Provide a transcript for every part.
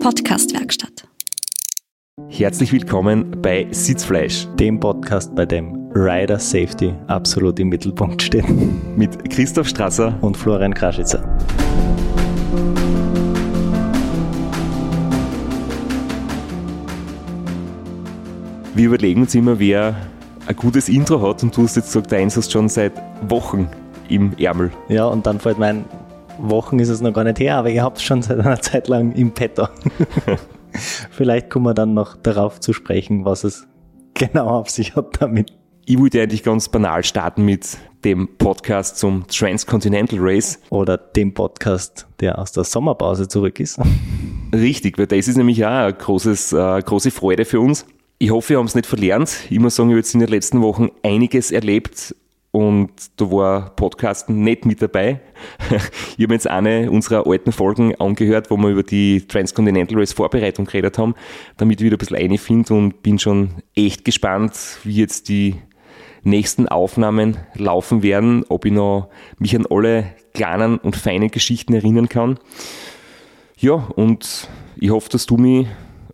Podcast-Werkstatt. Herzlich willkommen bei Sitzfleisch, dem Podcast, bei dem Rider Safety absolut im Mittelpunkt steht. Mit Christoph Strasser und Florian Kraschitzer. Wir überlegen uns immer, wer ein gutes Intro hat, und du hast jetzt gesagt, deins hast schon seit Wochen im Ärmel. Ja, und dann fällt mir ein, Wochen ist es noch gar nicht her, aber ihr habt es schon seit einer Zeit lang im Petto. Vielleicht kommen wir dann noch darauf zu sprechen, was es genau auf sich hat damit. Ich wollte eigentlich ganz banal starten mit dem Podcast zum Transcontinental Race. Oder dem Podcast, der aus der Sommerpause zurück ist. Richtig, weil das ist nämlich auch eine große Freude für uns. Ich hoffe, wir haben es nicht verlernt. Ich muss sagen, ich habe jetzt in den letzten Wochen einiges erlebt und da war Podcasten nicht mit dabei. Ich habe jetzt eine unserer alten Folgen angehört, wo wir über die Transcontinental Race Vorbereitung geredet haben, damit ich wieder ein bisschen reinfinde, und bin schon echt gespannt, wie jetzt die nächsten Aufnahmen laufen werden, ob ich noch mich an alle kleinen und feinen Geschichten erinnern kann. Ja, und ich hoffe, dass du mich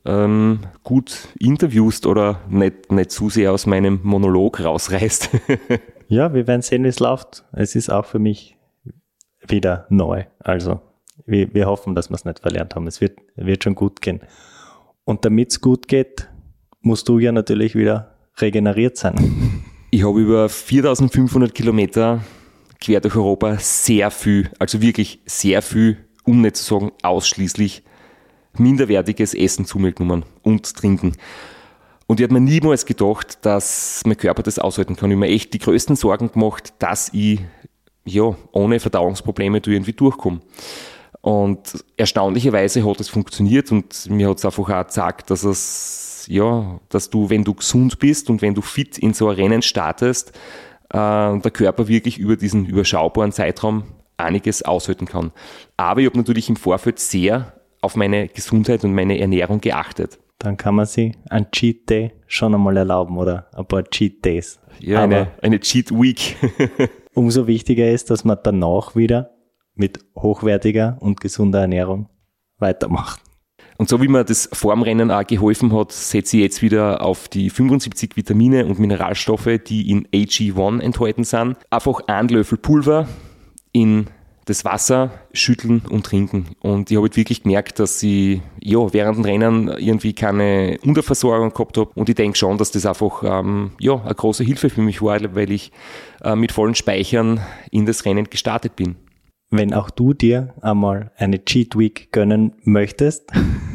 gut interviewst oder nicht zu sehr aus meinem Monolog rausreißt. Ja, wir werden sehen, wie es läuft. Es ist auch für mich wieder neu. Also wir hoffen, dass wir es nicht verlernt haben. Es wird schon gut gehen. Und damit es gut geht, musst du ja natürlich wieder regeneriert sein. Ich habe über 4.500 Kilometer quer durch Europa sehr viel, also wirklich sehr viel, um nicht zu sagen ausschließlich, minderwertiges Essen zu mir genommen und trinken. Und ich habe mir niemals gedacht, dass mein Körper das aushalten kann. Ich habe mir echt die größten Sorgen gemacht, dass ich ohne Verdauungsprobleme irgendwie durchkomme. Und erstaunlicherweise hat es funktioniert, und mir hat es einfach auch gezeigt, dass du, wenn du gesund bist und wenn du fit in so ein Rennen startest, der Körper wirklich über diesen überschaubaren Zeitraum einiges aushalten kann. Aber ich habe natürlich im Vorfeld sehr auf meine Gesundheit und meine Ernährung geachtet. Dann kann man sich ein Cheat Day schon einmal erlauben oder ein paar Cheat Days. Ja, eine Cheat Week. Umso wichtiger ist, dass man danach wieder mit hochwertiger und gesunder Ernährung weitermacht. Und so wie mir das vor dem Rennen auch geholfen hat, setze ich jetzt wieder auf die 75 Vitamine und Mineralstoffe, die in AG1 enthalten sind. Einfach einen Löffel Pulver in das Wasser schütteln und trinken. Und ich habe halt wirklich gemerkt, dass ich während dem Rennen irgendwie keine Unterversorgung gehabt habe. Und ich denke schon, dass das einfach eine große Hilfe für mich war, weil ich mit vollen Speichern in das Rennen gestartet bin. Wenn auch du dir einmal eine Cheat Week gönnen möchtest,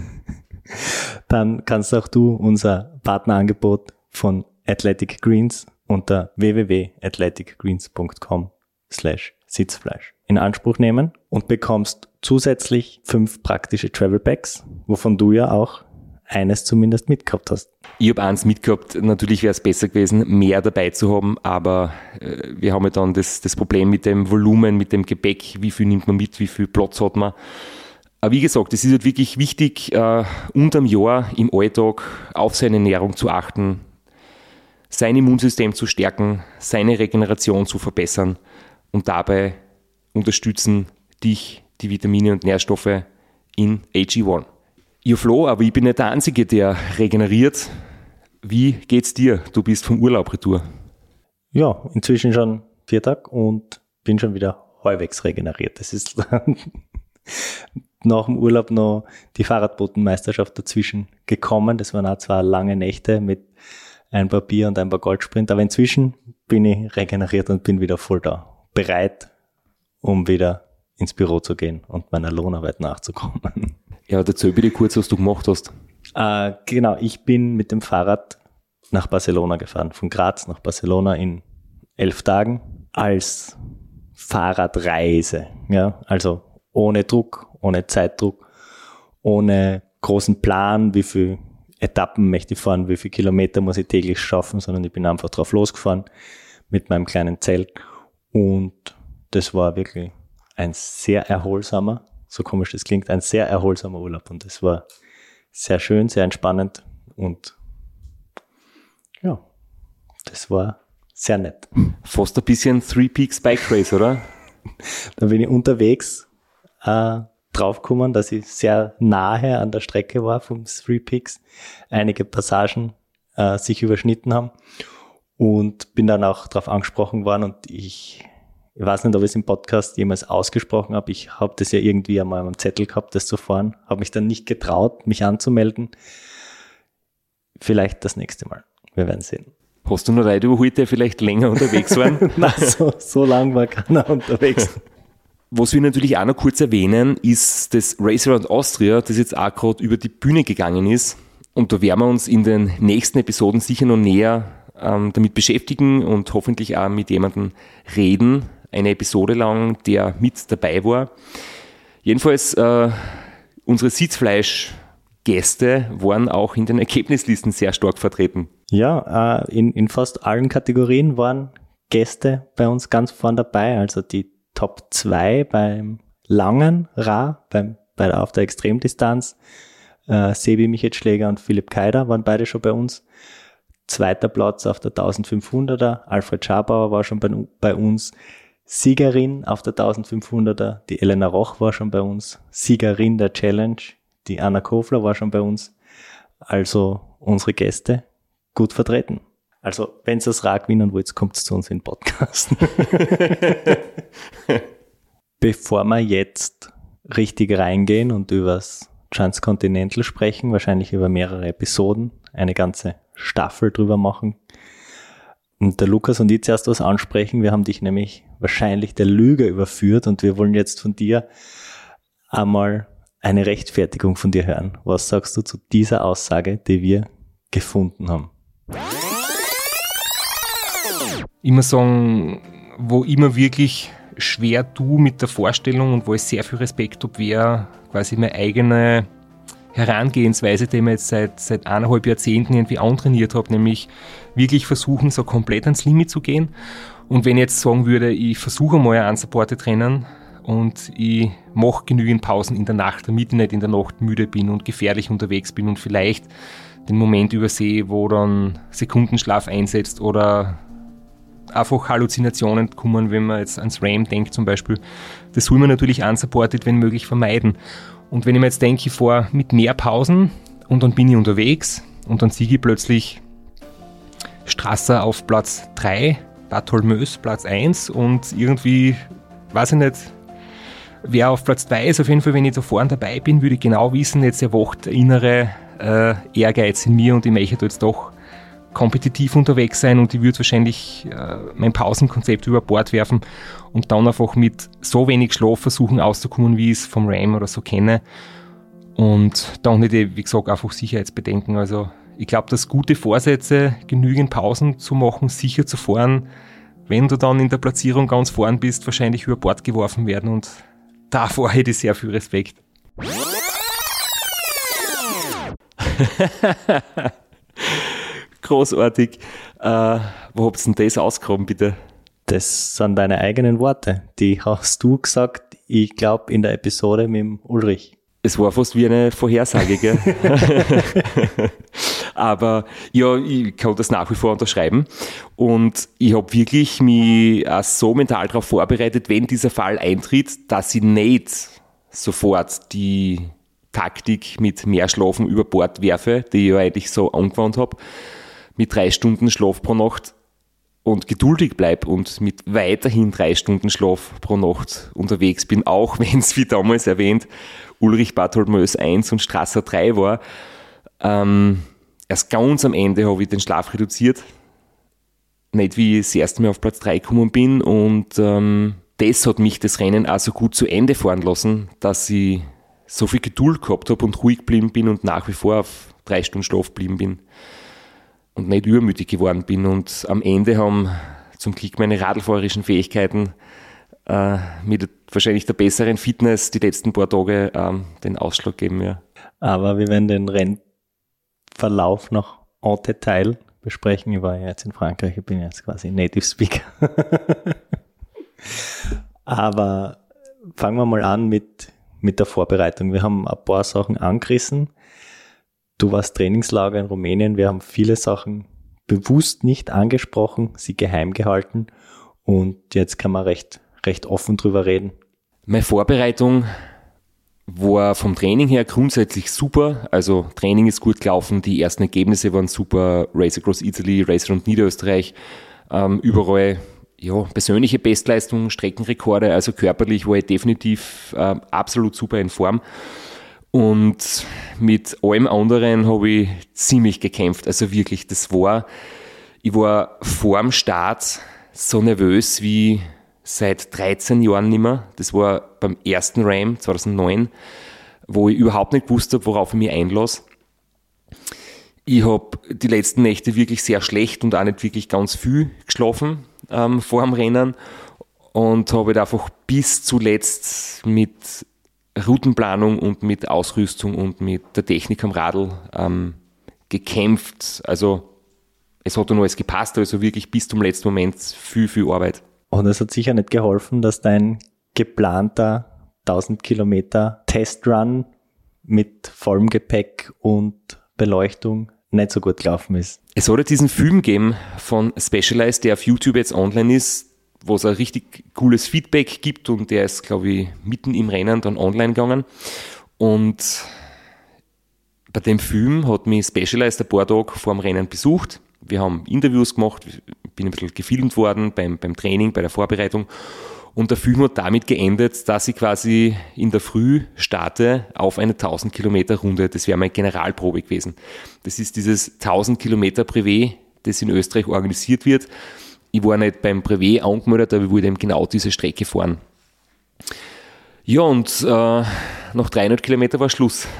dann kannst auch du unser Partnerangebot von Athletic Greens unter www.athleticgreens.com/Sitzfleisch in Anspruch nehmen und bekommst zusätzlich 5 praktische Travel Packs, wovon du ja auch eines zumindest mitgehabt hast. Ich habe eins mitgehabt. Natürlich wäre es besser gewesen, mehr dabei zu haben, aber wir haben ja dann das Problem mit dem Volumen, mit dem Gepäck, wie viel nimmt man mit, wie viel Platz hat man. Aber wie gesagt, es ist halt wirklich wichtig, unterm Jahr im Alltag auf seine Ernährung zu achten, sein Immunsystem zu stärken, seine Regeneration zu verbessern, und dabei unterstützen dich die Vitamine und Nährstoffe in AG1. Ja, Flo, aber ich bin nicht der Einzige, der regeneriert. Wie geht's dir? Du bist vom Urlaub retour. Ja, inzwischen schon 4 Tage und bin schon wieder halbwegs regeneriert. Das ist nach dem Urlaub noch die Fahrradbotenmeisterschaft dazwischen gekommen. Das waren auch 2 lange Nächte mit ein paar Bier und ein paar Goldsprint. Aber inzwischen bin ich regeneriert und bin wieder voll da. Bereit, um wieder ins Büro zu gehen und meiner Lohnarbeit nachzukommen. Ja, erzähl bitte kurz, was du gemacht hast. Genau, ich bin mit dem Fahrrad nach Barcelona gefahren. Von Graz nach Barcelona in 11 Tagen als Fahrradreise. Ja, also ohne Druck, ohne Zeitdruck, ohne großen Plan, wie viel Etappen möchte ich fahren, wie viele Kilometer muss ich täglich schaffen, sondern ich bin einfach drauf losgefahren mit meinem kleinen Zelt. Und das war wirklich ein sehr erholsamer, so komisch das klingt, ein sehr erholsamer Urlaub. Und das war sehr schön, sehr entspannend und ja, das war sehr nett. Fast ein bisschen Three Peaks Bike Race, oder? Da bin ich unterwegs 3 draufgekommen, dass ich sehr nahe an der Strecke war vom Three Peaks, einige Passagen sich überschnitten haben und bin dann auch darauf angesprochen worden und ich weiß nicht, ob ich es im Podcast jemals ausgesprochen habe. Ich habe das ja irgendwie einmal am Zettel gehabt, das zu fahren, habe mich dann nicht getraut, mich anzumelden. Vielleicht das nächste Mal. Wir werden sehen. Hast du noch Leute überholt, die vielleicht länger unterwegs waren? Nein, so lang war keiner unterwegs. Was wir natürlich auch noch kurz erwähnen, ist das Race Around Austria, das jetzt auch gerade über die Bühne gegangen ist. Und da werden wir uns in den nächsten Episoden sicher noch näher damit beschäftigen und hoffentlich auch mit jemandem reden, eine Episode lang, der mit dabei war. Jedenfalls, unsere Sitzfleischgäste waren auch in den Ergebnislisten sehr stark vertreten. Ja, in fast allen Kategorien waren Gäste bei uns ganz vorn dabei. Also die Top 2 beim langen Rad, auf der Extremdistanz. Sebi Michetschläger und Philipp Keider waren beide schon bei uns. Zweiter Platz auf der 1500er. Alfred Schabauer war schon bei uns. Siegerin auf der 1500er. Die Elena Roch war schon bei uns. Siegerin der Challenge. Die Anna Kofler war schon bei uns. Also unsere Gäste gut vertreten. Also wenn ihr das Rad gewinnen wollt, kommt zu uns in den Podcast. Bevor wir jetzt richtig reingehen und übers Transcontinental sprechen, wahrscheinlich über mehrere Episoden, eine ganze Staffel drüber machen. Und der Lukas und ich zuerst was ansprechen. Wir haben dich nämlich wahrscheinlich der Lüge überführt und wir wollen jetzt von dir einmal eine Rechtfertigung von dir hören. Was sagst du zu dieser Aussage, die wir gefunden haben? Immer sagen, wo immer wirklich schwer tue mit der Vorstellung und wo ich sehr viel Respekt habe, wäre quasi meine eigene Herangehensweise, die ich mir jetzt seit 1,5 Jahrzehnten irgendwie antrainiert habe, nämlich wirklich versuchen, so komplett ans Limit zu gehen. Und wenn ich jetzt sagen würde, ich versuche mal ein unsupported Rennen und ich mache genügend Pausen in der Nacht, damit ich nicht in der Nacht müde bin und gefährlich unterwegs bin und vielleicht den Moment übersehe, wo dann Sekundenschlaf einsetzt oder einfach Halluzinationen kommen, wenn man jetzt ans RAM denkt zum Beispiel. Das soll man natürlich unsupported, wenn möglich, vermeiden. Und wenn ich mir jetzt denke, ich fahre mit mehr Pausen und dann bin ich unterwegs und dann sehe ich plötzlich Strasser auf Platz 3, Bartholmös Platz 1 und irgendwie, weiß ich nicht, wer auf Platz 2 ist. Auf jeden Fall, wenn ich da vorne dabei bin, würde ich genau wissen, jetzt erwacht der innere Ehrgeiz in mir und ich möchte jetzt doch kompetitiv unterwegs sein und ich würde wahrscheinlich mein Pausenkonzept über Bord werfen und dann einfach mit so wenig Schlaf versuchen auszukommen, wie ich es vom RAM oder so kenne. Und dann hätte ich, wie gesagt, einfach Sicherheitsbedenken. Also ich glaube, dass gute Vorsätze, genügend Pausen zu machen, sicher zu fahren, wenn du dann in der Platzierung ganz vorn bist, wahrscheinlich über Bord geworfen werden und davor hätte ich sehr viel Respekt. Großartig. Wo habt ihr denn das ausgegraben, bitte? Das sind deine eigenen Worte. Die hast du gesagt, ich glaube, in der Episode mit dem Ulrich. Es war fast wie eine Vorhersage, gell? Aber ja, ich kann das nach wie vor unterschreiben. Und ich habe wirklich mich auch so mental darauf vorbereitet, wenn dieser Fall eintritt, dass ich nicht sofort die Taktik mit mehr Schlafen über Bord werfe, die ich ja eigentlich so angewandt habe, mit 3 Stunden Schlaf pro Nacht und geduldig bleibe und mit weiterhin 3 Stunden Schlaf pro Nacht unterwegs bin, auch wenn es, wie damals erwähnt, Ulrich Bartholmös 1 und Strasser 3 war. Erst ganz am Ende habe ich den Schlaf reduziert. Nicht wie ich das erste Mal auf Platz 3 gekommen bin und das hat mich das Rennen auch so gut zu Ende fahren lassen, dass ich so viel Geduld gehabt habe und ruhig geblieben bin und nach wie vor auf 3 Stunden Schlaf geblieben bin und nicht übermütig geworden bin. Und am Ende haben zum Glück meine radlfahrerischen Fähigkeiten mit wahrscheinlich der besseren Fitness die letzten paar Tage den Ausschlag geben. Ja. Aber wir werden den Rennverlauf noch en Detail besprechen. Ich war ja jetzt in Frankreich, ich bin jetzt quasi Native Speaker. Aber fangen wir mal an mit der Vorbereitung. Wir haben ein paar Sachen angerissen. Du warst Trainingslager in Rumänien. Wir haben viele Sachen bewusst nicht angesprochen, sie geheim gehalten. Und jetzt kann man recht offen drüber reden. Meine Vorbereitung war vom Training her grundsätzlich super. Also Training ist gut gelaufen, die ersten Ergebnisse waren super. Race Across Italy, Race Around Niederösterreich, überall persönliche Bestleistungen, Streckenrekorde. Also körperlich war ich definitiv absolut super in Form. Und mit allem anderen habe ich ziemlich gekämpft. Also wirklich, ich war vor dem Start so nervös wie seit 13 Jahren nicht mehr. Das war beim ersten Ram 2009, wo ich überhaupt nicht gewusst habe, worauf ich mich einlasse. Ich habe die letzten Nächte wirklich sehr schlecht und auch nicht wirklich ganz viel geschlafen vor dem Rennen und habe halt einfach bis zuletzt mit Routenplanung und mit Ausrüstung und mit der Technik am Radl gekämpft. Also es hat dann alles gepasst, also wirklich bis zum letzten Moment viel Arbeit. Und es hat sicher nicht geholfen, dass dein geplanter 1000 Kilometer Testrun mit vollem Gepäck und Beleuchtung nicht so gut gelaufen ist. Es hat ja diesen Film gegeben von Specialized, der auf YouTube jetzt online ist, wo es ein richtig cooles Feedback gibt und der ist, glaube ich, mitten im Rennen dann online gegangen. Und bei dem Film hat mich Specialized ein paar Tage vor dem Rennen besucht. Wir haben Interviews gemacht, bin ein bisschen gefilmt worden beim Training, bei der Vorbereitung. Und der Film hat damit geendet, dass ich quasi in der Früh starte auf eine 1000 Kilometer Runde. Das wäre meine Generalprobe gewesen. Das ist dieses 1000 Kilometer Privé, das in Österreich organisiert wird. Ich war nicht beim Privé angemeldet, aber ich wollte eben genau diese Strecke fahren. Ja, und nach 300 Kilometer war Schluss.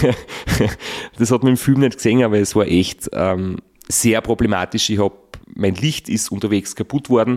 Das hat man im Film nicht gesehen, aber es war echt sehr problematisch. Mein Licht ist unterwegs kaputt worden.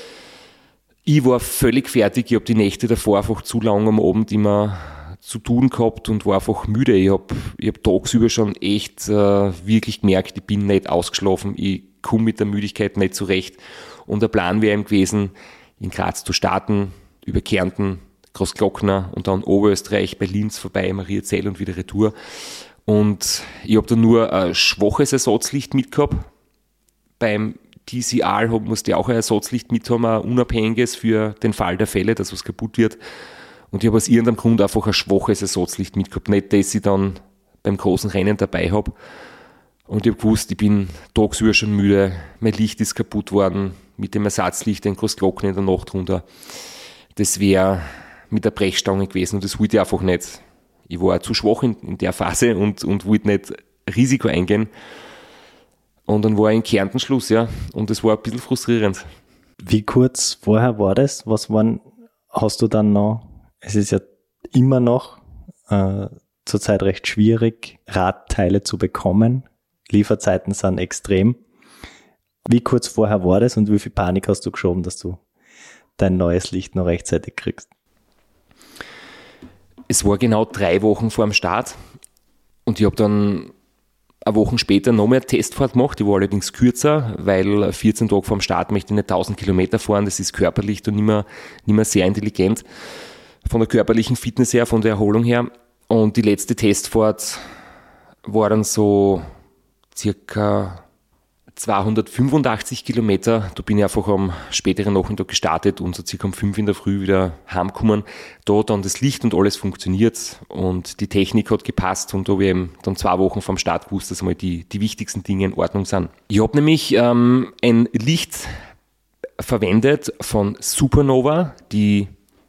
Ich war völlig fertig. Ich habe die Nächte davor einfach zu lange am Abend immer zu tun gehabt und war einfach müde. Ich hab tagsüber schon echt wirklich gemerkt, ich bin nicht ausgeschlafen. Ich komme mit der Müdigkeit nicht zurecht. Und der Plan wäre eben gewesen, in Graz zu starten, über Kärnten, Großglockner und dann Oberösterreich, bei Linz vorbei, Mariazell und wieder Retour. Und ich habe dann nur ein schwaches Ersatzlicht mitgehabt. Beim TCR musste ich auch ein Ersatzlicht mit haben, ein unabhängiges für den Fall der Fälle, dass was kaputt wird. Und ich habe aus irgendeinem Grund einfach ein schwaches Ersatzlicht mitgehabt. Nicht, dass ich dann beim großen Rennen dabei habe. Und ich habe gewusst, ich bin tagsüber schon müde, mein Licht ist kaputt worden, mit dem Ersatzlicht in Großglockner in der Nacht runter. Das wäre mit der Brechstange gewesen und das wollte ich einfach nicht. Ich war zu schwach in der Phase und wollte nicht Risiko eingehen. Und dann war in Kärnten Schluss, ja. Und das war ein bisschen frustrierend. Wie kurz vorher war das? Hast du dann noch, es ist ja immer noch zurzeit recht schwierig, Radteile zu bekommen. Lieferzeiten sind extrem. Wie kurz vorher war das und wie viel Panik hast du geschoben, dass du dein neues Licht noch rechtzeitig kriegst? Es war genau 3 Wochen vor dem Start und ich habe dann eine Woche später noch mehr eine Testfahrt gemacht. Die war allerdings kürzer, weil 14 Tage vor dem Start möchte ich nicht 1000 Kilometer fahren. Das ist körperlich und nicht mehr sehr intelligent. Von der körperlichen Fitness her, von der Erholung her. Und die letzte Testfahrt war dann so circa 285 Kilometer. Da bin ich einfach am späteren Nachmittag gestartet und so circa um 5 in der Früh wieder heimgekommen. Da hat dann das Licht und alles funktioniert und die Technik hat gepasst und da habe ich eben dann 2 Wochen vom Start gewusst, dass einmal die wichtigsten Dinge in Ordnung sind. Ich habe nämlich ein Licht verwendet von Supernova, die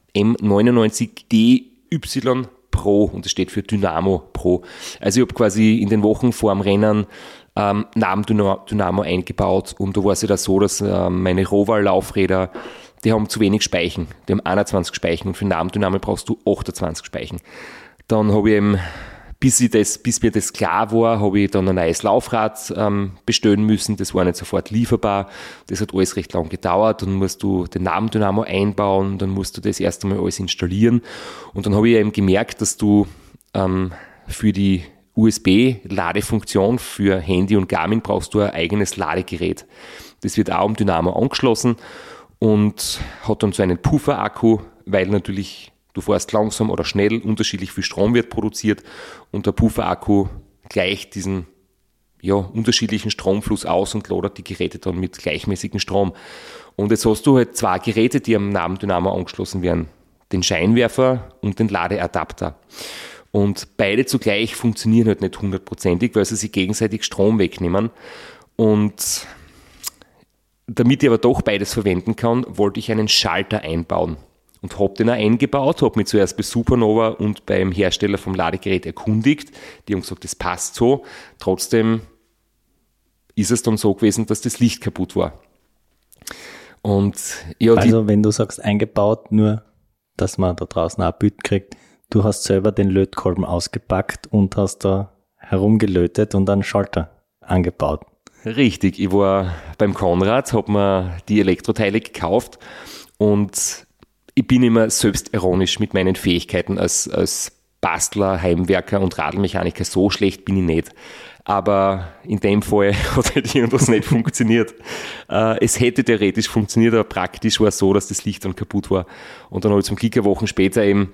M99DY Pro und das steht für Dynamo Pro. Also ich habe quasi in den Wochen vor dem Rennen Nabendynamo eingebaut und da war es ja so, dass meine Roval-Laufräder, die haben zu wenig Speichen. Die haben 21 Speichen und für Nabendynamo brauchst du 28 Speichen. Dann habe ich eben, bis mir das klar war, habe ich dann ein neues Laufrad bestellen müssen. Das war nicht sofort lieferbar. Das hat alles recht lang gedauert. Dann musst du den Nabendynamo einbauen, dann musst du das erst einmal alles installieren. Und dann habe ich eben gemerkt, dass du für die USB-Ladefunktion für Handy und Garmin brauchst du ein eigenes Ladegerät. Das wird auch am Dynamo angeschlossen und hat dann so einen Puffer-Akku, weil natürlich du fährst langsam oder schnell, unterschiedlich viel Strom wird produziert und der Puffer-Akku gleicht diesen unterschiedlichen Stromfluss aus und ladet die Geräte dann mit gleichmäßigem Strom. Und jetzt hast du halt 2 Geräte, die am Nabendynamo angeschlossen werden. den Scheinwerfer und den Ladeadapter. Und beide zugleich funktionieren halt nicht 100%, weil sie sich gegenseitig Strom wegnehmen. Und damit ich aber doch beides verwenden kann, wollte ich einen Schalter einbauen. Und habe den auch eingebaut, habe mich zuerst bei Supernova und beim Hersteller vom Ladegerät erkundigt. Die haben gesagt, das passt so. Trotzdem ist es dann so gewesen, dass das Licht kaputt war. Und ja, also wenn du sagst eingebaut, nur dass man da draußen auch ein Bild kriegt, du hast selber den Lötkolben ausgepackt und hast da herumgelötet und einen Schalter angebaut. Richtig, ich war beim Konrad, habe mir die Elektroteile gekauft und ich bin immer selbstironisch mit meinen Fähigkeiten als Bastler, Heimwerker und Radlmechaniker. So schlecht bin ich nicht. Aber in dem Fall hat halt irgendwas nicht funktioniert. Es hätte theoretisch funktioniert, aber praktisch war es so, dass das Licht dann kaputt war. Und dann habe ich zum Glück eine Woche später eben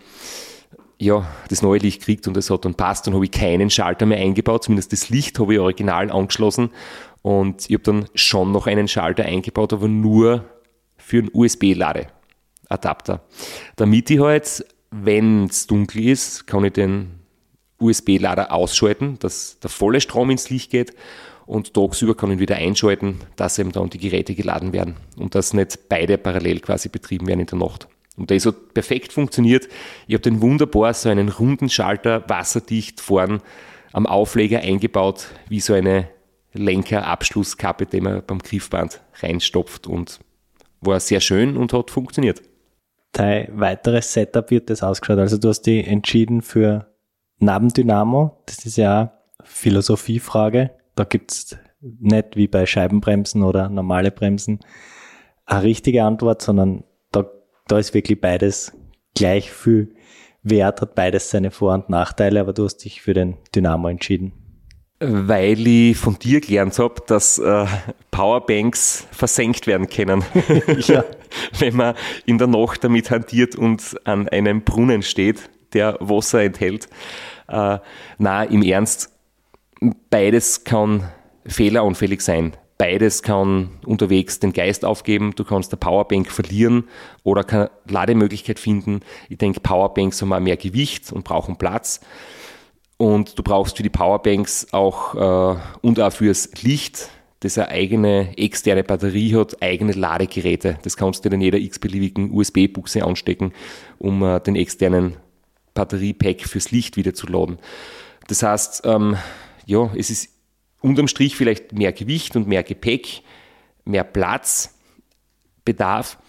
das neue Licht gekriegt und das hat dann passt. Dann habe ich keinen Schalter mehr eingebaut, zumindest das Licht habe ich original angeschlossen. Und ich habe dann schon noch einen Schalter eingebaut, aber nur für einen USB-Ladeadapter. Damit ich halt, wenn es dunkel ist, kann ich den USB-Lader ausschalten, dass der volle Strom ins Licht geht und tagsüber kann ich ihn wieder einschalten, dass eben dann die Geräte geladen werden und dass nicht beide parallel quasi betrieben werden in der Nacht. Und das hat perfekt funktioniert. Ich habe den wunderbar so einen runden Schalter, wasserdicht vorn am Aufleger eingebaut, wie so eine Lenkerabschlusskappe, die man beim Griffband reinstopft und war sehr schön und hat funktioniert. Dein weiteres Setup wird das ausgeschaut. Also du hast dich entschieden für Nabendynamo. Das ist ja eine Philosophiefrage. Da gibt es nicht wie bei Scheibenbremsen oder normale Bremsen eine richtige Antwort, sondern da ist wirklich beides gleich viel wert, hat beides seine Vor- und Nachteile, aber du hast dich für den Dynamo entschieden. Weil ich von dir gelernt habe, dass Powerbanks versenkt werden können, Ja. wenn man in der Nacht damit hantiert und an einem Brunnen steht, der Wasser enthält. Nein, im Ernst, beides kann fehleranfällig sein. Beides kann unterwegs den Geist aufgeben. Du kannst eine Powerbank verlieren oder keine Lademöglichkeit finden. Ich denke, Powerbanks haben auch mehr Gewicht und brauchen Platz. Und du brauchst für die Powerbanks auch und auch fürs Licht, das eine eigene externe Batterie hat, eigene Ladegeräte. Das kannst du in jeder x-beliebigen USB-Buchse anstecken, um den externen Batteriepack fürs Licht wieder zu laden. Das heißt, es ist unterm Strich vielleicht mehr Gewicht und mehr Gepäck, mehr Platzbedarf.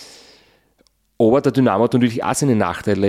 Aber der Dynamo hat natürlich auch seine Nachteile.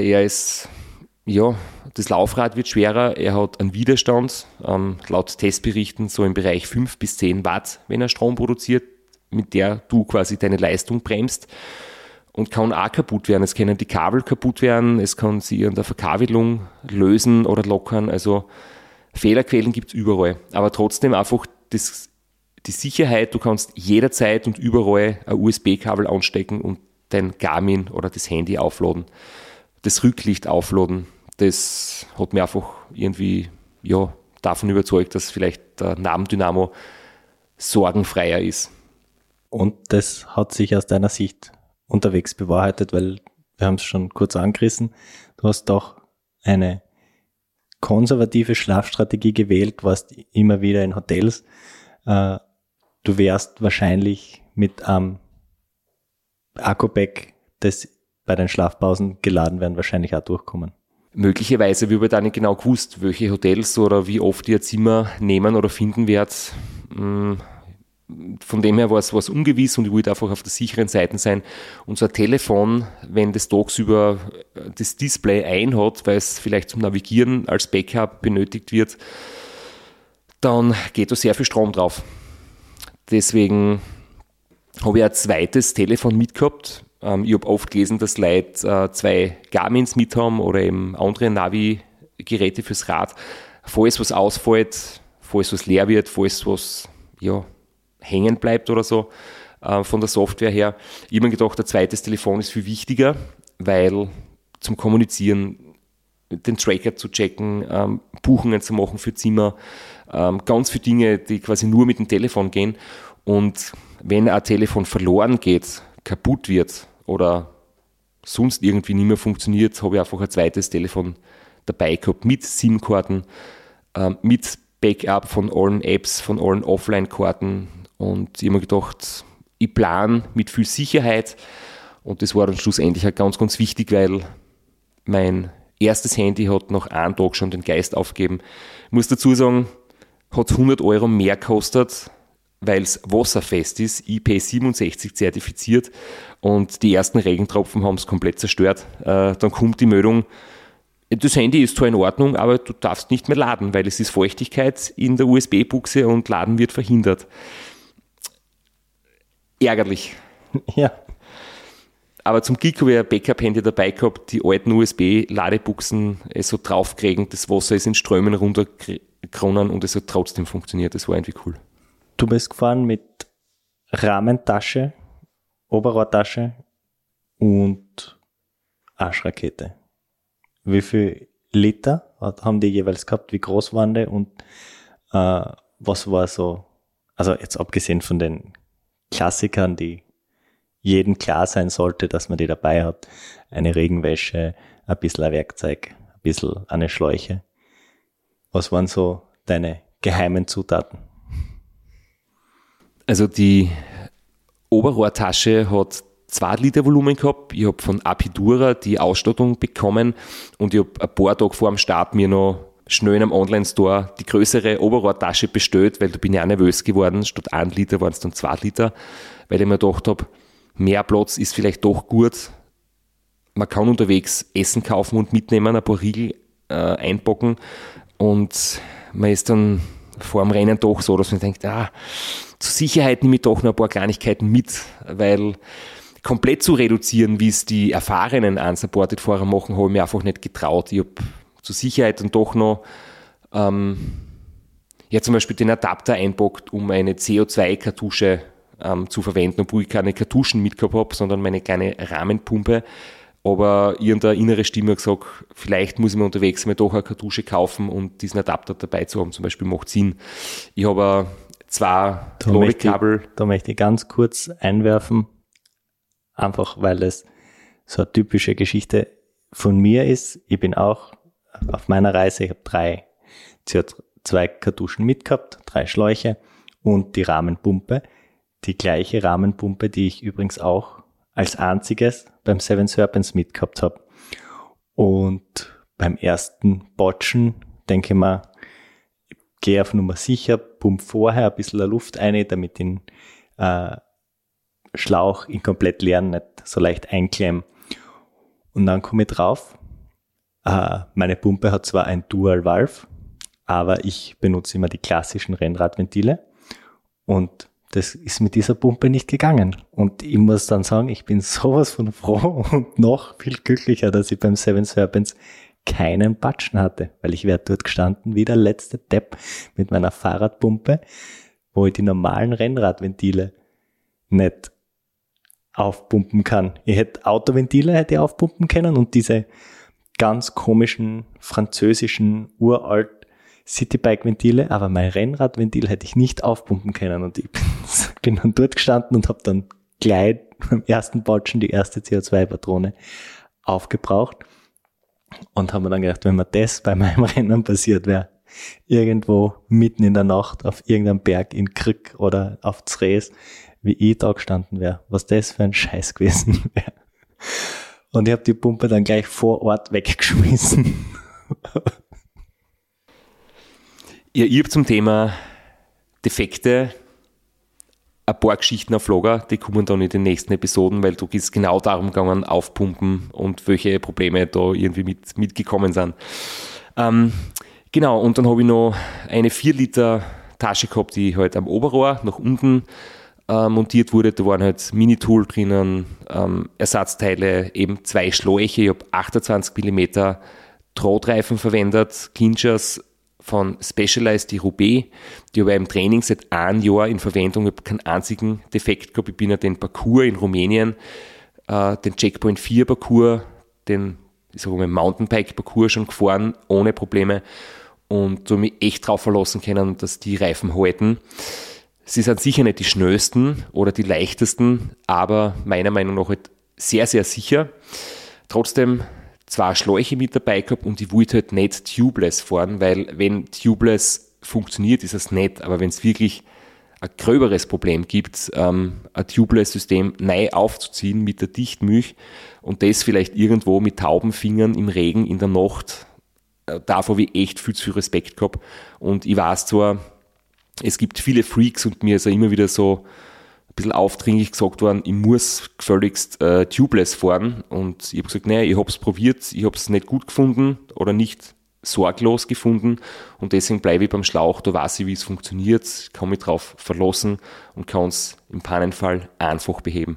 Das Laufrad wird schwerer, er hat einen Widerstand, laut Testberichten so im Bereich 5 bis 10 Watt, wenn er Strom produziert, mit der du quasi deine Leistung bremst. Und kann auch kaputt werden. Es können die Kabel kaputt werden, es kann sie an der Verkabelung lösen oder lockern. Also Fehlerquellen gibt es überall. Aber trotzdem einfach die Sicherheit, du kannst jederzeit und überall ein USB-Kabel anstecken und dein Garmin oder das Handy aufladen. Das Rücklicht aufladen. Das hat mir einfach irgendwie davon überzeugt, dass vielleicht der Nabendynamo sorgenfreier ist. Und das hat sich aus deiner Sicht unterwegs bewahrheitet, weil wir haben es schon kurz angerissen. Du hast doch eine konservative Schlafstrategie gewählt, warst immer wieder in Hotels. Du wärst wahrscheinlich mit einem Akku-Pack, das bei den Schlafpausen geladen werden, wahrscheinlich auch durchkommen. Möglicherweise, wir haben da nicht genau gewusst, welche Hotels oder wie oft ihr Zimmer nehmen oder finden werdet. Von dem her war es ungewiss und ich wollte einfach auf der sicheren Seite sein. Unser Telefon, wenn das tagsüber das Display einhat, weil es vielleicht zum Navigieren als Backup benötigt wird, dann geht da sehr viel Strom drauf. Deswegen habe ich ein zweites Telefon mitgehabt. Ich habe oft gelesen, dass Leute 2 Garmins mit haben oder eben andere Navi-Geräte fürs Rad. Falls was ausfällt, falls was leer wird, falls was hängen bleibt oder so von der Software her. Ich habe mir gedacht, ein zweites Telefon ist viel wichtiger, weil zum Kommunizieren, den Tracker zu checken, Buchungen zu machen für Zimmer, ganz viele Dinge, die quasi nur mit dem Telefon gehen. Und wenn ein Telefon verloren geht, kaputt wird oder sonst irgendwie nicht mehr funktioniert, habe ich einfach ein zweites Telefon dabei gehabt mit SIM-Karten, mit Backup von allen Apps, von allen Offline-Karten, und ich habe mir gedacht, ich plane mit viel Sicherheit, und das war dann schlussendlich auch ganz, ganz wichtig, weil mein erstes Handy hat nach einem Tag schon den Geist aufgegeben. Ich muss dazu sagen, hat es 100 Euro mehr gekostet, weil es wasserfest ist, IP67 zertifiziert, und die ersten Regentropfen haben es komplett zerstört. Dann kommt die Meldung, das Handy ist zwar in Ordnung, aber du darfst nicht mehr laden, weil es ist Feuchtigkeit in der USB-Buchse und Laden wird verhindert. Ärgerlich. Ja. Aber zum Glück habe ich ein Backup-Handy dabei gehabt, die alten USB-Ladebuchsen so draufkriegen, das Wasser ist in Strömen runtergeronnen und es hat trotzdem funktioniert. Das war irgendwie cool. Du bist gefahren mit Rahmentasche, Oberrohrtasche und Arschrakete. Wie viel Liter haben die jeweils gehabt? Wie groß waren die? Und was war so, also jetzt abgesehen von den Klassikern, die jedem klar sein sollte, dass man die dabei hat. Eine Regenwäsche, ein bisschen ein Werkzeug, ein bisschen eine Schläuche. Was waren so deine geheimen Zutaten? Also die Oberrohrtasche hat 2 Liter Volumen gehabt. Ich habe von Apidura die Ausstattung bekommen, und ich habe ein paar Tage vor dem Start mir noch schnell in einem Online-Store die größere Oberrohrtasche bestellt, weil da bin ich auch nervös geworden. Statt 1 Liter waren es dann 2 Liter, weil ich mir gedacht habe, mehr Platz ist vielleicht doch gut. Man kann unterwegs Essen kaufen und mitnehmen, ein paar Riegel einpacken, und man ist dann vor dem Rennen doch so, dass man denkt, zur Sicherheit nehme ich doch noch ein paar Kleinigkeiten mit, weil komplett zu reduzieren, wie es die erfahrenen Unsupported-Fahrer machen, habe ich mir einfach nicht getraut. Ich habe zur Sicherheit dann doch noch zum Beispiel den Adapter einpackt, um eine CO2-Kartusche zu verwenden, obwohl ich keine Kartuschen mitgehabt habe, sondern meine kleine Rahmenpumpe. Aber irgendeine innere Stimme hat gesagt, vielleicht muss ich mir unterwegs mal doch eine Kartusche kaufen und diesen Adapter dabei zu haben, zum Beispiel, macht Sinn. Ich habe 2 Ladekabel. Da möchte ich ganz kurz einwerfen, einfach weil es so eine typische Geschichte von mir ist. Ich bin auch auf meiner Reise, ich habe 3 CO2-Kartuschen mitgehabt, 3 Schläuche und die Rahmenpumpe. Die gleiche Rahmenpumpe, die ich übrigens auch als einziges beim Seven Serpents mitgehabt habe. Und beim ersten Botchen denke ich mir, ich gehe auf Nummer sicher, pumpe vorher ein bisschen Luft rein, damit den Schlauch in komplett leeren nicht so leicht einklemmen. Und dann komme ich drauf, meine Pumpe hat zwar ein Dual Valve, aber ich benutze immer die klassischen Rennradventile, und das ist mit dieser Pumpe nicht gegangen. Und ich muss dann sagen, ich bin sowas von froh und noch viel glücklicher, dass ich beim Seven Serpents keinen Batschen hatte, weil ich wäre dort gestanden wie der letzte Depp mit meiner Fahrradpumpe, wo ich die normalen Rennradventile nicht aufpumpen kann. Ich hätte Autoventile hätte ich aufpumpen können, und diese ganz komischen französischen uralt Citybike-Ventile, aber mein Rennradventil hätte ich nicht aufpumpen können, und ich bin dann dort gestanden und habe dann gleich beim ersten Botschen die erste CO2-Patrone aufgebraucht und habe mir dann gedacht, wenn mir das bei meinem Rennen passiert wäre, irgendwo mitten in der Nacht auf irgendeinem Berg in Krück oder auf Zres, wie ich da gestanden wäre, was das für ein Scheiß gewesen wäre. Und ich habe die Pumpe dann gleich vor Ort weggeschmissen. Ja, ich habe zum Thema Defekte ein paar Geschichten auf Lager, die kommen dann in den nächsten Episoden, weil da ist es genau darum gegangen, aufpumpen und welche Probleme da irgendwie mitgekommen sind. Genau, und dann habe ich noch eine 4 Liter Tasche gehabt, die halt am Oberrohr nach unten montiert wurde. Da waren halt Mini-Tool drinnen, Ersatzteile, eben 2 Schläuche. Ich habe 28 mm Drahtreifen verwendet, Clinchers von Specialized, die Roubaix. Die habe ich im Training seit 1 Jahr in Verwendung. Ich habe keinen einzigen Defekt gehabt. Ich bin ja den Parcours in Rumänien, den Checkpoint 4 Parcours, den Mountainbike Parcours schon gefahren, ohne Probleme. Und da habe ich mich echt drauf verlassen können, dass die Reifen halten. Sie sind sicher nicht die schnellsten oder die leichtesten, aber meiner Meinung nach halt sehr, sehr sicher. Trotzdem 2 Schläuche mit dabei gehabt und ich wollte halt nicht tubeless fahren, weil wenn tubeless funktioniert, ist es nett, aber wenn es wirklich ein gröberes Problem gibt, ein Tubeless-System neu aufzuziehen mit der Dichtmilch und das vielleicht irgendwo mit tauben Fingern im Regen in der Nacht, davor habe ich echt viel zu viel Respekt gehabt. Und ich weiß zwar, es gibt viele Freaks und mir ist ja immer wieder so ein bisschen aufdringlich gesagt worden, ich muss gefälligst tubeless fahren. Und ich habe gesagt, nein, ich habe es probiert, ich habe es nicht gut gefunden oder nicht sorglos gefunden und deswegen bleibe ich beim Schlauch, da weiß ich, wie es funktioniert, kann mich drauf verlassen und kann es im Pannenfall einfach beheben.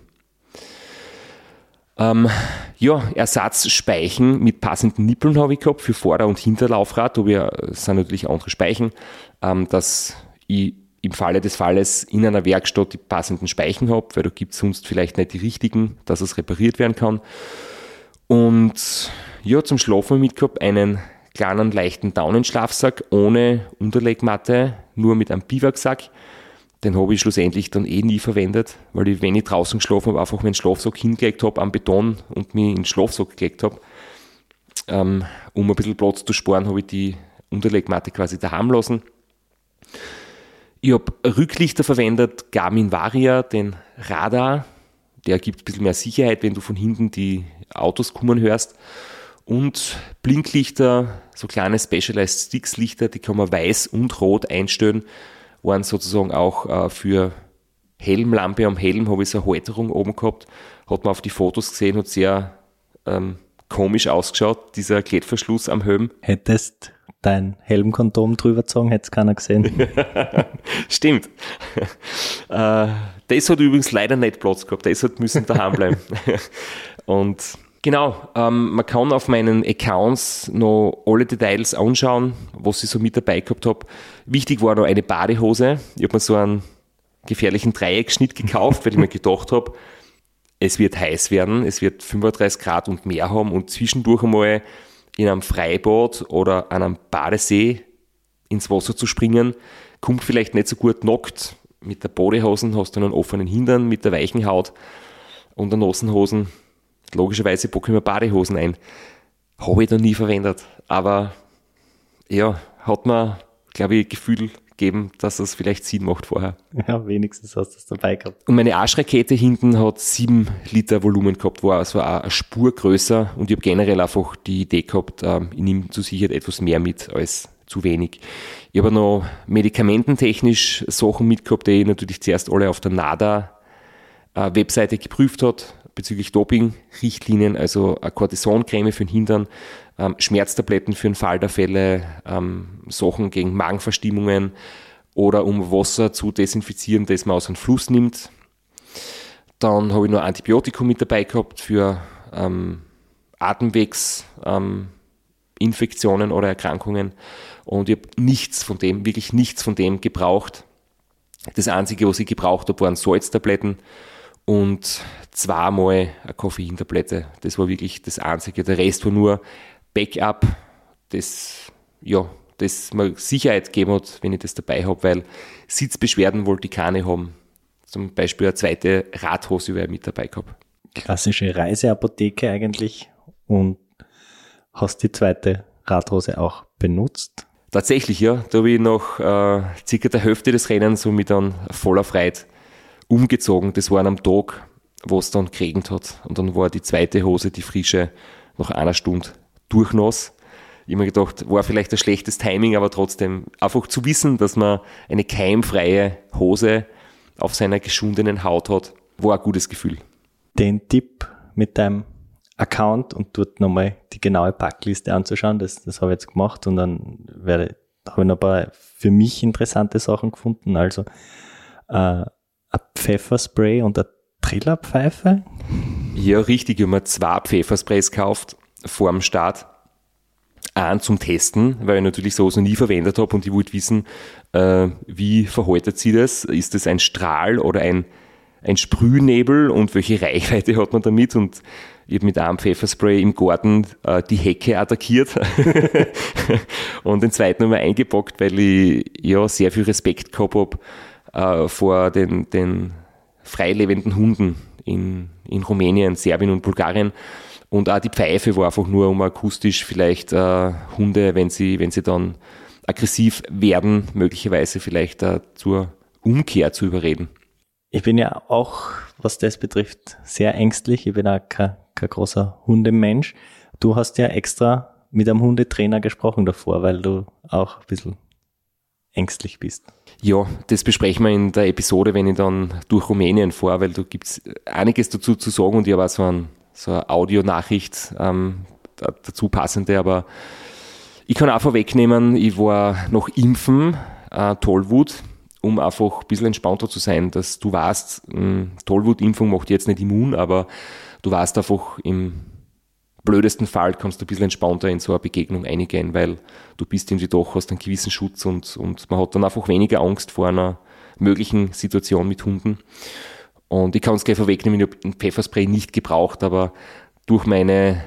Ersatzspeichen mit passenden Nippeln habe ich gehabt für Vorder- und Hinterlaufrad, das sind natürlich andere Speichen, dass ich im Falle des Falles in einer Werkstatt die passenden Speichen habe, weil da gibt es sonst vielleicht nicht die richtigen, dass es repariert werden kann. Und ja, zum Schlafen mitgehabt einen kleinen, leichten Daunenschlafsack ohne Unterlegmatte, nur mit einem Biwaksack. Den habe ich schlussendlich dann nie verwendet, weil ich, wenn ich draußen geschlafen habe, einfach meinen Schlafsack hingelegt habe am Beton und mich in den Schlafsack gelegt habe. Um ein bisschen Platz zu sparen, habe ich die Unterlegmatte quasi daheim lassen. Ich habe Rücklichter verwendet, Garmin Varia, den Radar. Der gibt ein bisschen mehr Sicherheit, wenn du von hinten die Autos kommen hörst. Und Blinklichter, so kleine Specialized Sticks Lichter, die kann man weiß und rot einstellen, waren sozusagen auch für Helmlampe am Helm, habe ich so eine Halterung oben gehabt, hat man auf die Fotos gesehen, hat sehr komisch ausgeschaut, dieser Klettverschluss am Helm. Hättest dein Helmkondom drüber gezogen, hätte es keiner gesehen. Stimmt. Das hat übrigens leider nicht Platz gehabt, das hat müssen daheim bleiben. Und genau, man kann auf meinen Accounts noch alle Details anschauen, was ich so mit dabei gehabt habe. Wichtig war noch eine Badehose. Ich habe mir so einen gefährlichen Dreieckschnitt gekauft, weil ich mir gedacht habe, es wird heiß werden, es wird 35 Grad und mehr haben und zwischendurch einmal in einem Freibad oder an einem Badesee ins Wasser zu springen, kommt vielleicht nicht so gut nackt. Mit der Badehosen hast du einen offenen Hintern, mit der weichen Haut und der nassen Hosen. Logischerweise packe ich mir Badehosen ein. Habe ich noch nie verwendet. Aber ja, hat mir, glaube ich, Gefühl gegeben, dass das vielleicht Sinn macht vorher. Ja, wenigstens hast du es dabei gehabt. Und meine Arschrakete hinten hat 7 Liter Volumen gehabt, war also auch eine Spur größer und ich habe generell einfach die Idee gehabt, ich nehme zur Sicherheit etwas mehr mit als zu wenig. Ich habe noch medikamententechnisch Sachen mitgehabt, die ich natürlich zuerst alle auf der NADA-Webseite geprüft hat, bezüglich Doping-Richtlinien, also eine Cortisoncreme für den Hintern, Schmerztabletten für den Fall der Fälle, Sachen gegen Magenverstimmungen oder um Wasser zu desinfizieren, das man aus einem Fluss nimmt. Dann habe ich noch Antibiotikum mit dabei gehabt für Atemwegsinfektionen oder Erkrankungen und ich habe nichts von dem, wirklich nichts von dem gebraucht. Das Einzige, was ich gebraucht habe, waren Salztabletten und 2-mal eine Koffeintablette. Das war wirklich das Einzige. Der Rest war nur Backup, das mir Sicherheit gegeben hat, wenn ich das dabei habe, weil Sitzbeschwerden wollte ich keine haben. Zum Beispiel eine zweite Radhose wäre mit dabei gehabt. Klassische Reiseapotheke eigentlich. Und hast die zweite Radhose auch benutzt? Tatsächlich, ja. Da habe ich nach circa der Hälfte des Rennens so mit dann voller Freude umgezogen. Das war an einem Tag, wo es dann geregnet hat. Und dann war die zweite Hose, die frische, nach einer Stunde durchnass. Ich habe mir gedacht, war vielleicht ein schlechtes Timing, aber trotzdem einfach zu wissen, dass man eine keimfreie Hose auf seiner geschundenen Haut hat, war ein gutes Gefühl. Den Tipp mit deinem Account und dort nochmal die genaue Packliste anzuschauen, das habe ich jetzt gemacht und dann habe ich noch ein paar für mich interessante Sachen gefunden, also ein Pfefferspray und eine Trillerpfeife. Ja, richtig, ich habe mir 2 Pfeffersprays gekauft vor dem Start. Einen zum Testen, weil ich natürlich sowas noch nie verwendet habe und ich wollte wissen, wie verhaltet sich das? Ist das ein Strahl oder ein Sprühnebel und welche Reichweite hat man damit? Und ich habe mit einem Pfefferspray im Garten die Hecke attackiert und den zweiten habe ich eingepackt, weil ich ja sehr viel Respekt gehabt habe vor den freilebenden Hunden in Rumänien, Serbien und Bulgarien. Und auch die Pfeife war einfach nur, um akustisch vielleicht Hunde, wenn sie dann aggressiv werden, möglicherweise vielleicht zur Umkehr zu überreden. Ich bin ja auch, was das betrifft, sehr ängstlich. Ich bin auch kein großer Hundemensch. Du hast ja extra mit einem Hundetrainer gesprochen davor, weil du auch ein bisschen ängstlich bist. Ja, das besprechen wir in der Episode, wenn ich dann durch Rumänien fahre, weil da gibt es einiges dazu zu sagen und ich habe auch so eine Audionachricht dazu passende, aber ich kann auch vorwegnehmen, ich war noch impfen, Tollwut, um einfach ein bisschen entspannter zu sein, dass du weißt, Tollwutimpfung macht jetzt nicht immun, aber du weißt einfach, im blödesten Fall kannst du ein bisschen entspannter in so eine Begegnung eingehen, weil du bist irgendwie doch, hast einen gewissen Schutz und man hat dann einfach weniger Angst vor einer möglichen Situation mit Hunden. Und ich kann es gleich vorwegnehmen, ich habe ein Pfefferspray nicht gebraucht, aber durch meine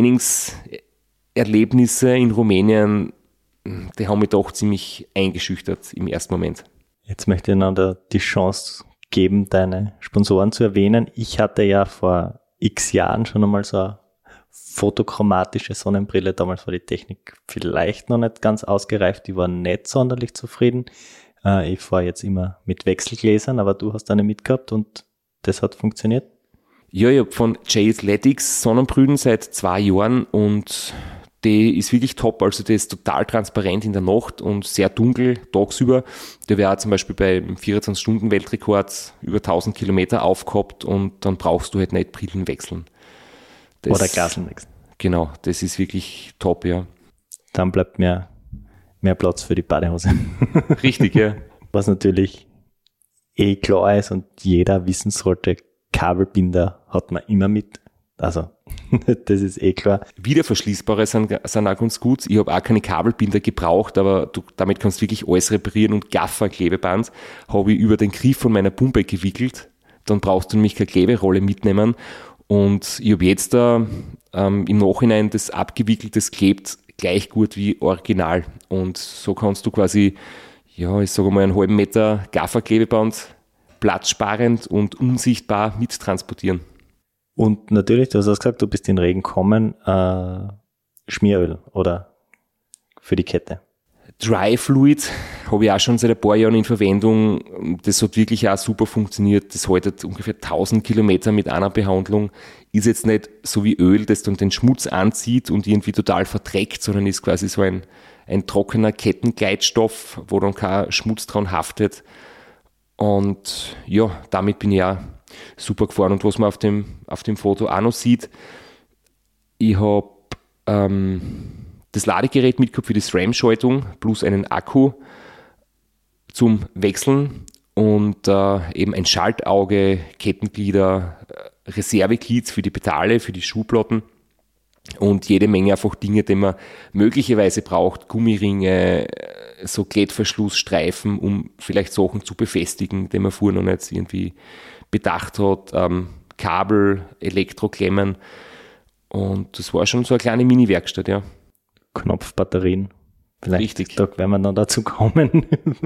Trainingserlebnisse in Rumänien, die haben mich doch ziemlich eingeschüchtert im ersten Moment. Jetzt möchte ich noch die Chance geben, deine Sponsoren zu erwähnen. Ich hatte ja vor x Jahren schon einmal so eine fotochromatische Sonnenbrille. Damals war die Technik vielleicht noch nicht ganz ausgereift. Die war nicht sonderlich zufrieden. Ich fahre jetzt immer mit Wechselgläsern, aber du hast eine mitgehabt und das hat funktioniert? Ja, ich habe von J-Athletics Sonnenbrillen seit 2 Jahren und die ist wirklich top. Also die ist total transparent in der Nacht und sehr dunkel tagsüber. Der wäre zum Beispiel beim 24-Stunden-Weltrekord über 1000 Kilometer aufgehabt und dann brauchst du halt nicht Brillen wechseln. Oder Glaseln wechseln. Genau, das ist wirklich top, ja. Dann bleibt mehr Platz für die Badehose. Richtig, ja. Was natürlich klar ist und jeder wissen sollte, Kabelbinder hat man immer mit. Also, das ist klar. Wiederverschließbare sind auch ganz gut. Ich habe auch keine Kabelbinder gebraucht, aber damit kannst du wirklich alles reparieren und Gaffer-Klebeband habe ich über den Griff von meiner Pumpe gewickelt. Dann brauchst du nämlich keine Kleberolle mitnehmen. Und ich habe jetzt im Nachhinein das abgewickelt, das klebt gleich gut wie original. Und so kannst du quasi, ja, ich sage mal, einen halben Meter Gaffer-Klebeband platzsparend und unsichtbar mittransportieren. Und natürlich, du hast gesagt, du bist in Regen gekommen, Schmieröl oder für die Kette. Dry Fluid habe ich auch schon seit ein paar Jahren in Verwendung. Das hat wirklich auch super funktioniert. Das haltet ungefähr 1000 Kilometer mit einer Behandlung. Ist jetzt nicht so wie Öl, das dann den Schmutz anzieht und irgendwie total verdreckt, sondern ist quasi so ein trockener Kettengleitstoff, wo dann kein Schmutz dran haftet. Und ja, damit bin ich auch super gefahren. Und was man auf dem Foto auch noch sieht, ich habe das Ladegerät mitgehabt für die SRAM-Schaltung plus einen Akku zum Wechseln und eben ein Schaltauge, Kettenglieder, Reserveglied für die Pedale, für die Schuhplatten und jede Menge einfach Dinge, die man möglicherweise braucht, Gummiringe, so Klettverschlussstreifen, um vielleicht Sachen zu befestigen, die man vorher noch nicht irgendwie bedacht hat, Kabel, Elektroklemmen und das war schon so eine kleine Mini-Werkstatt, ja. Knopfbatterien. Vielleicht Richtig. Da werden wir noch dazu kommen,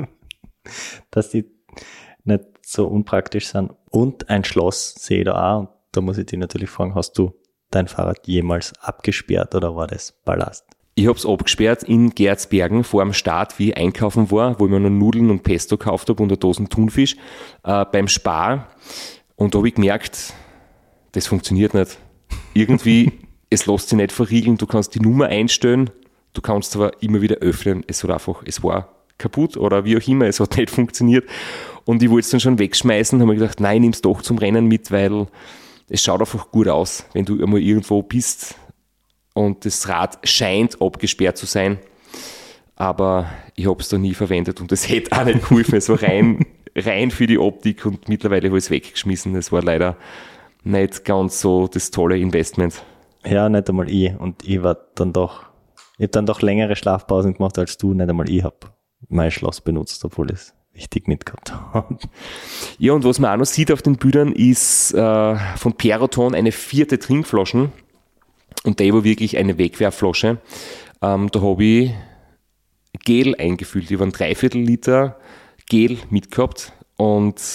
dass die nicht so unpraktisch sind. Und ein Schloss sehe ich da auch. Und da muss ich dich natürlich fragen, hast du dein Fahrrad jemals abgesperrt oder war das Ballast? Ich habe es abgesperrt in Gerzbergen vor dem Start, wie ich einkaufen war, wo ich mir noch Nudeln und Pesto gekauft habe und eine Dosen Thunfisch beim Spar. Und da habe ich gemerkt, das funktioniert nicht. Irgendwie, es lässt sich nicht verriegeln, du kannst die Nummer einstellen, du kannst aber immer wieder öffnen. Es war kaputt oder wie auch immer, es hat nicht funktioniert. Und ich wollte es dann schon wegschmeißen, habe mir gedacht, nein, nimm es doch zum Rennen mit, weil es schaut einfach gut aus, wenn du einmal irgendwo bist und das Rad scheint abgesperrt zu sein. Aber ich habe es da nie verwendet und es hätte auch nicht geholfen. Es war rein für die Optik und mittlerweile habe ich es weggeschmissen. Es war leider nicht ganz so das tolle Investment. Ja, nicht einmal ich. Und ich habe dann doch längere Schlafpausen gemacht als du. Nicht einmal ich habe mein Schloss benutzt, obwohl ich es richtig mitgehabt habe. Ja, und was man auch noch sieht auf den Bildern ist von Peroton eine 4. Trinkflasche. Und die war wirklich eine Wegwerfflasche. Da habe ich Gel eingefüllt. Ich habe einen 3/4 Liter Gel mitgehabt. Und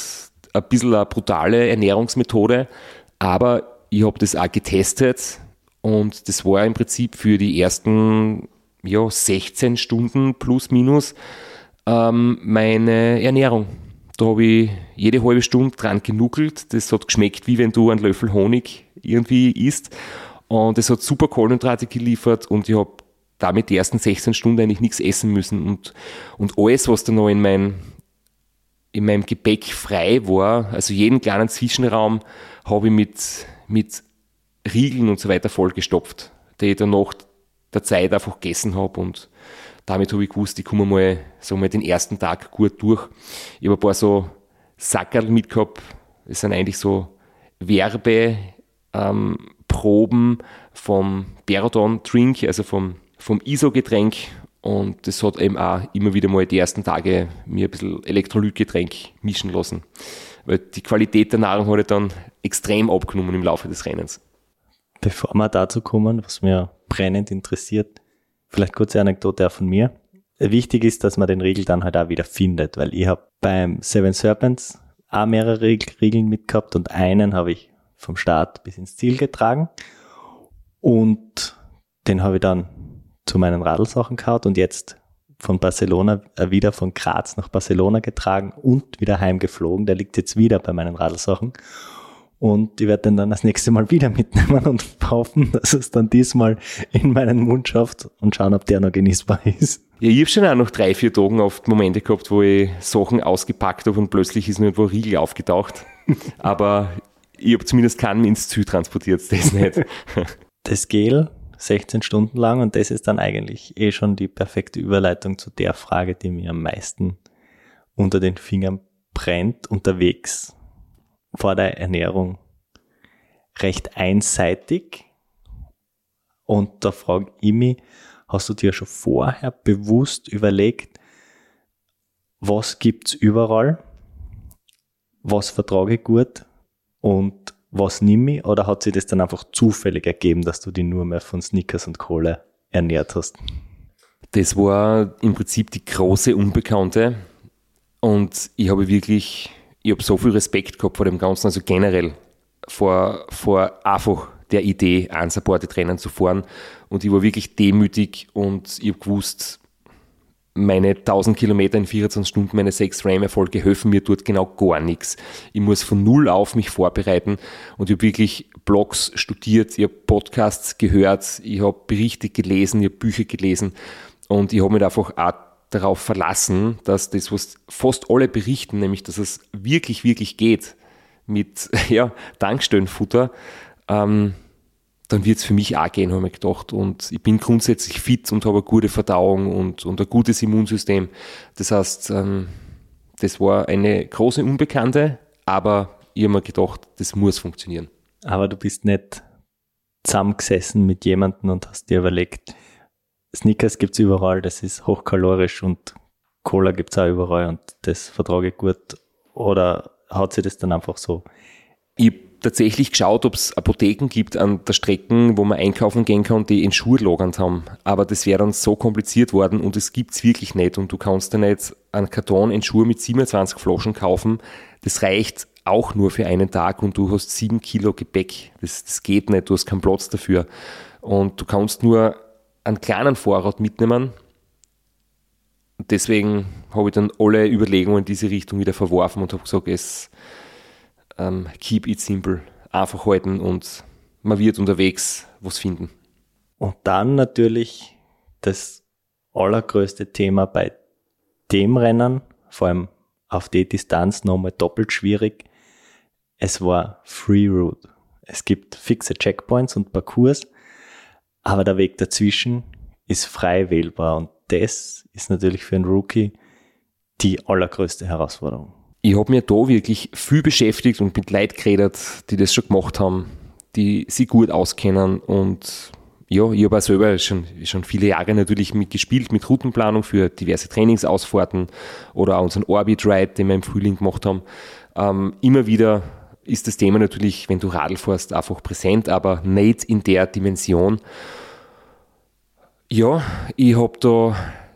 ein bisschen eine brutale Ernährungsmethode, aber ich habe das auch getestet und das war im Prinzip für die ersten 16 Stunden plus minus meine Ernährung. Da habe ich jede halbe Stunde dran genuckelt. Das hat geschmeckt, wie wenn du einen Löffel Honig irgendwie isst. Und es hat super Kohlenhydrate geliefert und ich habe damit die ersten 16 Stunden eigentlich nichts essen müssen. Und alles, was da noch in meinem Gepäck frei war, also jeden kleinen Zwischenraum, habe ich mit Riegeln und so weiter vollgestopft, die ich dann nach der Zeit einfach gegessen habe. Und damit habe ich gewusst, ich komme mal, sagen wir, den ersten Tag gut durch. Ich habe ein paar so Sackerl mitgehabt. Das sind eigentlich so Werbeproben vom Berodon Drink, also vom ISO-Getränk. Und das hat eben auch immer wieder mal die ersten Tage mir ein bisschen Elektrolytgetränk mischen lassen. Weil die Qualität der Nahrung hat dann extrem abgenommen im Laufe des Rennens. Bevor wir dazu kommen, was mir brennend interessiert, vielleicht kurze Anekdote auch von mir. Wichtig ist, dass man den Riegel dann halt auch wieder findet, weil ich habe beim Seven Serpents auch mehrere Riegeln mitgehabt und einen habe ich vom Start bis ins Ziel getragen und den habe ich dann zu meinen Radlsachen gehauen und jetzt von Barcelona wieder von Graz nach Barcelona getragen und wieder heimgeflogen. Der liegt jetzt wieder bei meinen Radlsachen. Und ich werde den dann das nächste Mal wieder mitnehmen und hoffen, dass es dann diesmal in meinen Mund schafft und schauen, ob der noch genießbar ist. Ja, ich habe schon auch noch 3-4 Tagen oft Momente gehabt, wo ich Sachen ausgepackt habe und plötzlich ist irgendwo ein Riegel aufgetaucht. Aber ich habe zumindest keinen ins Ziel transportiert, das nicht. Das Gel 16 Stunden lang und das ist dann eigentlich schon die perfekte Überleitung zu der Frage, die mir am meisten unter den Fingern brennt. Unterwegs vor der Ernährung recht einseitig und da frage ich mich, hast du dir schon vorher bewusst überlegt, was gibt's überall, was vertrage ich gut und was nehme ich, oder hat sich das dann einfach zufällig ergeben, dass du dich nur mehr von Snickers und Cola ernährt hast? Das war im Prinzip die große Unbekannte und ich habe so viel Respekt gehabt vor dem Ganzen, also generell vor einfach der Idee, unsupported Rennen zu fahren. Und ich war wirklich demütig und ich habe gewusst, meine 1000 Kilometer in 24 Stunden, meine 6 RAM-Erfolge helfen mir dort genau gar nichts. Ich muss von null auf mich vorbereiten und ich habe wirklich Blogs studiert, ich habe Podcasts gehört, ich habe Berichte gelesen, ich habe Bücher gelesen und ich habe mich einfach auch darauf verlassen, dass das, was fast alle berichten, nämlich, dass es wirklich, wirklich geht mit Tankstellenfutter, dann wird es für mich auch gehen, habe ich gedacht. Und ich bin grundsätzlich fit und habe eine gute Verdauung und ein gutes Immunsystem. Das heißt, das war eine große Unbekannte, aber ich habe mir gedacht, das muss funktionieren. Aber du bist nicht zusammengesessen mit jemandem und hast dir überlegt, Snickers gibt es überall, das ist hochkalorisch und Cola gibt es auch überall und das vertrage ich gut. Oder hat sich das dann einfach so? Ich habe tatsächlich geschaut, ob es Apotheken gibt an der Strecke, wo man einkaufen gehen kann, die Ensure lagernd haben. Aber das wäre dann so kompliziert worden und es gibt es wirklich nicht. Und du kannst dann nicht einen Karton Ensure mit 27 Flaschen kaufen. Das reicht auch nur für einen Tag und du hast 7 Kilo Gepäck. Das geht nicht, du hast keinen Platz dafür. Und du kannst nur einen kleinen Vorrat mitnehmen. Und deswegen habe ich dann alle Überlegungen in diese Richtung wieder verworfen und habe gesagt, keep it simple, einfach halten und man wird unterwegs was finden. Und dann natürlich das allergrößte Thema bei dem Rennen, vor allem auf die Distanz nochmal doppelt schwierig. Es war Free Route. Es gibt fixe Checkpoints und Parcours, aber der Weg dazwischen ist frei wählbar und das ist natürlich für einen Rookie die allergrößte Herausforderung. Ich habe mir da wirklich viel beschäftigt und mit Leuten geredet, die das schon gemacht haben, die sich gut auskennen und ja, ich habe auch selber schon viele Jahre natürlich mitgespielt mit Routenplanung für diverse Trainingsausfahrten oder auch unseren Orbit Ride, den wir im Frühling gemacht haben. Immer wieder ist das Thema natürlich, wenn du Radl fährst, einfach präsent, aber nicht in der Dimension. Ja, ich habe da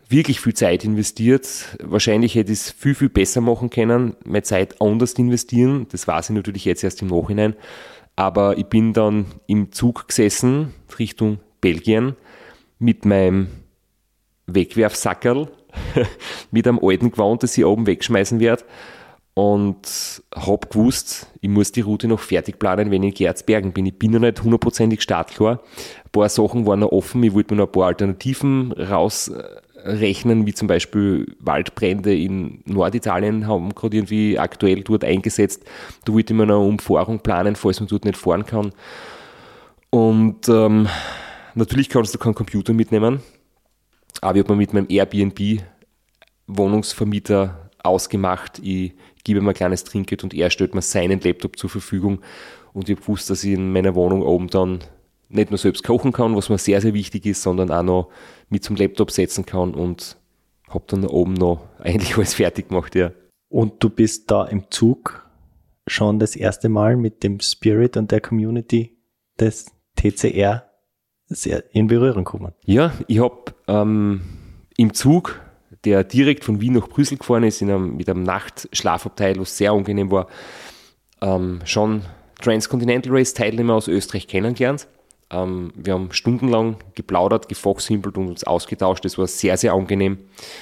wirklich viel Zeit investiert. Wahrscheinlich hätte ich es viel, viel besser machen können, meine Zeit anders investieren. Das weiß ich natürlich jetzt erst im Nachhinein. Aber ich bin dann im Zug gesessen Richtung Belgien mit meinem Wegwerfsackerl, mit einem alten Gewand, das ich oben wegschmeißen werde. Und habe gewusst, ich muss die Route noch fertig planen, wenn ich in Gerzbergen bin. Ich bin noch nicht 100%ig startklar. Ein paar Sachen waren noch offen. Ich wollte mir noch ein paar Alternativen rausrechnen, wie zum Beispiel Waldbrände in Norditalien haben gerade irgendwie aktuell dort eingesetzt. Da wollte ich mir noch eine Umfahrung planen, falls man dort nicht fahren kann. Und natürlich kannst du keinen Computer mitnehmen. Aber ich habe mir mit meinem Airbnb-Wohnungsvermieter ausgemacht, ich gebe mir ein kleines Trinkgeld und er stellt mir seinen Laptop zur Verfügung und ich habe gewusst, dass ich in meiner Wohnung oben dann nicht nur selbst kochen kann, was mir sehr, sehr wichtig ist, sondern auch noch mit zum Laptop setzen kann und habe dann da oben noch eigentlich alles fertig gemacht, ja. Und du bist da im Zug schon das erste Mal mit dem Spirit und der Community des TCR sehr in Berührung gekommen. Ja, ich habe im Zug, der direkt von Wien nach Brüssel gefahren ist, mit einem Nachtschlafabteil, was sehr angenehm war, schon Transcontinental Race Teilnehmer aus Österreich kennengelernt. Wir haben stundenlang geplaudert, gefachsimpelt und uns ausgetauscht. Das war sehr, sehr angenehm.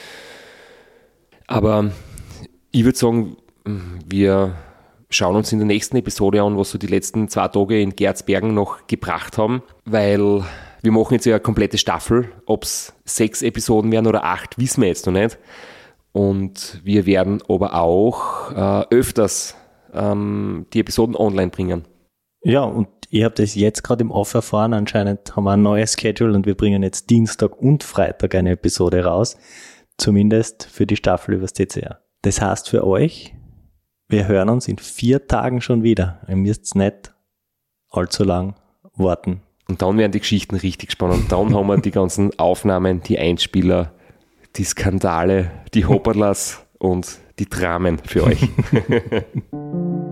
Aber ich würde sagen, wir schauen uns in der nächsten Episode an, was so die letzten 2 Tage in Gerzbergen noch gebracht haben, weil wir machen jetzt ja eine komplette Staffel. Ob es 6 Episoden werden oder 8, wissen wir jetzt noch nicht. Und wir werden aber auch öfters die Episoden online bringen. Ja, und ihr habt das jetzt gerade im Off erfahren. Anscheinend haben wir ein neues Schedule und wir bringen jetzt Dienstag und Freitag eine Episode raus. Zumindest für die Staffel übers TCR. Das heißt für euch, wir hören uns in 4 Tagen schon wieder. Ihr müsst nicht allzu lang warten. Und dann werden die Geschichten richtig spannend. Dann haben wir die ganzen Aufnahmen, die Einspieler, die Skandale, die Hopperlas und die Dramen für euch.